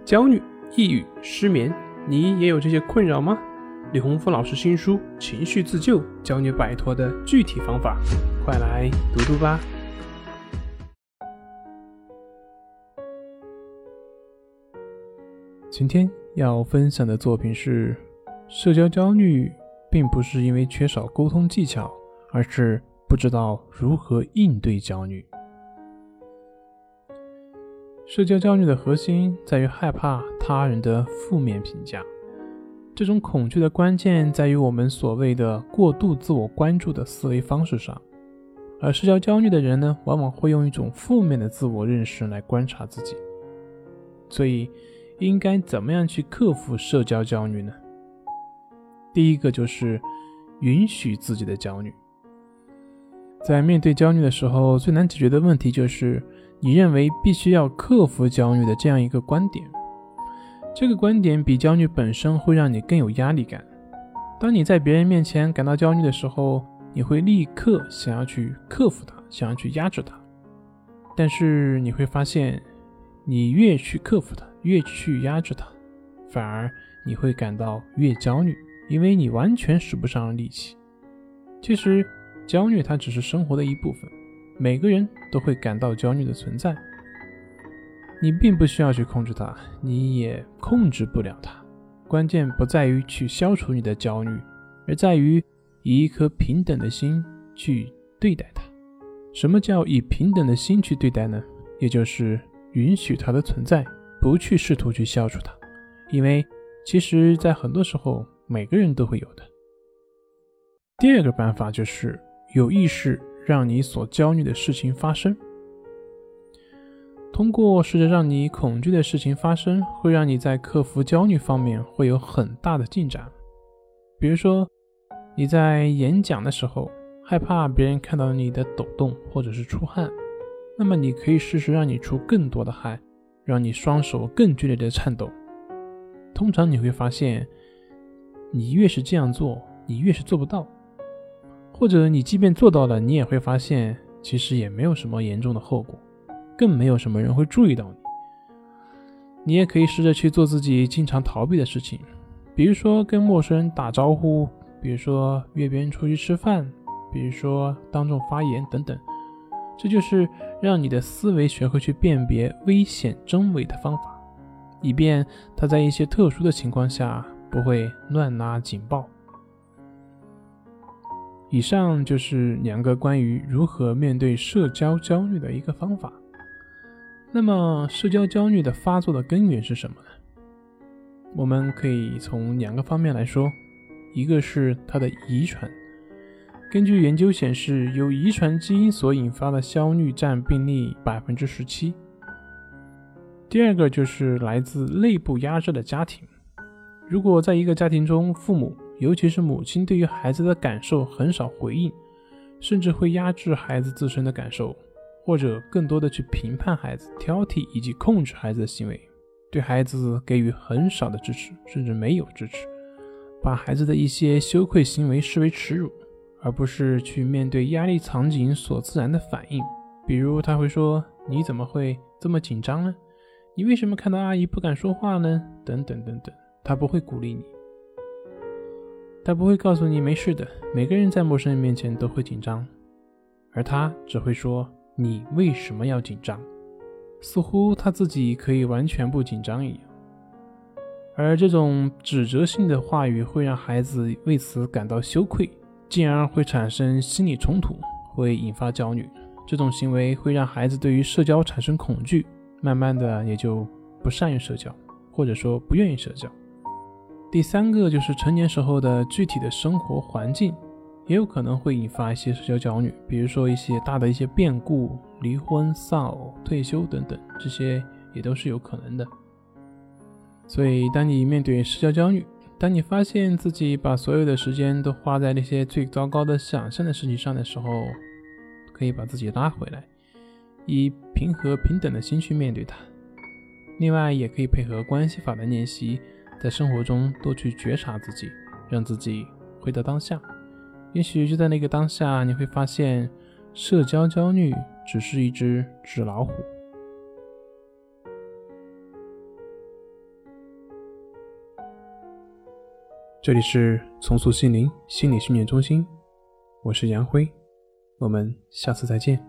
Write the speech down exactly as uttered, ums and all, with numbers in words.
焦虑、抑郁、失眠，你也有这些困扰吗？李洪福老师新书《情绪自救》教你摆脱的具体方法，快来读读吧。今天要分享的作品是：社交焦虑并不是因为缺少沟通技巧，而是不知道如何应对焦虑。社交焦虑的核心在于害怕他人的负面评价，这种恐惧的关键在于我们所谓的过度自我关注的思维方式上，而社交焦虑的人呢，往往会用一种负面的自我认识来观察自己。所以应该怎么样去克服社交焦虑呢？第一个就是允许自己的焦虑。在面对焦虑的时候，最难解决的问题就是你认为必须要克服焦虑的这样一个观点。这个观点比焦虑本身会让你更有压力感。当你在别人面前感到焦虑的时候，你会立刻想要去克服它，想要去压制它。但是你会发现，你越去克服它，越去压制它，反而你会感到越焦虑，因为你完全使不上力气。其实焦虑它只是生活的一部分，每个人都会感到焦虑的存在，你并不需要去控制它，你也控制不了它。关键不在于去消除你的焦虑，而在于以一颗平等的心去对待它。什么叫以平等的心去对待呢？也就是允许它的存在，不去试图去消除它，因为其实在很多时候每个人都会有的。第二个办法就是有意识让你所焦虑的事情发生。通过试着让你恐惧的事情发生，会让你在克服焦虑方面会有很大的进展。比如说你在演讲的时候害怕别人看到你的抖动或者是出汗，那么你可以试试让你出更多的汗，让你双手更剧烈的颤抖。通常你会发现，你越是这样做，你越是做不到，或者你即便做到了，你也会发现其实也没有什么严重的后果，更没有什么人会注意到你。你也可以试着去做自己经常逃避的事情，比如说跟陌生人打招呼，比如说约别人出去吃饭，比如说当众发言等等。这就是让你的思维学会去辨别危险真伪的方法，以便它在一些特殊的情况下不会乱拉警报。以上就是两个关于如何面对社交焦虑的一个方法。那么社交焦虑的发作的根源是什么呢？我们可以从两个方面来说，一个是它的遗传。根据研究显示，由遗传基因所引发的焦虑占病例 百分之十七。 第二个就是来自内部压制的家庭。如果在一个家庭中，父母尤其是母亲对于孩子的感受很少回应，甚至会压制孩子自身的感受，或者更多的去评判孩子、挑剔以及控制孩子的行为，对孩子给予很少的支持，甚至没有支持，把孩子的一些羞愧行为视为耻辱，而不是去面对压力场景所自然的反应。比如他会说，你怎么会这么紧张呢？你为什么看到阿姨不敢说话呢？等等等等。他不会鼓励你，他不会告诉你没事的，每个人在陌生人面前都会紧张，而他只会说你为什么要紧张，似乎他自己可以完全不紧张一样。而这种指责性的话语会让孩子为此感到羞愧，进而会产生心理冲突，会引发焦虑。这种行为会让孩子对于社交产生恐惧，慢慢的也就不善于社交，或者说不愿意社交。第三个就是成年时候的具体的生活环境也有可能会引发一些社交焦虑，比如说一些大的一些变故，离婚、丧偶、退休等等，这些也都是有可能的。所以当你面对社交焦虑，当你发现自己把所有的时间都花在那些最糟糕的想象的事情上的时候，可以把自己拉回来，以平和平等的心去面对它。另外也可以配合关系法的练习，在生活中多去觉察自己，让自己回到当下。也许就在那个当下，你会发现社交焦虑只是一只纸老虎。 这里是重塑心灵心理训练中心，我是杨辉，我们下次再见。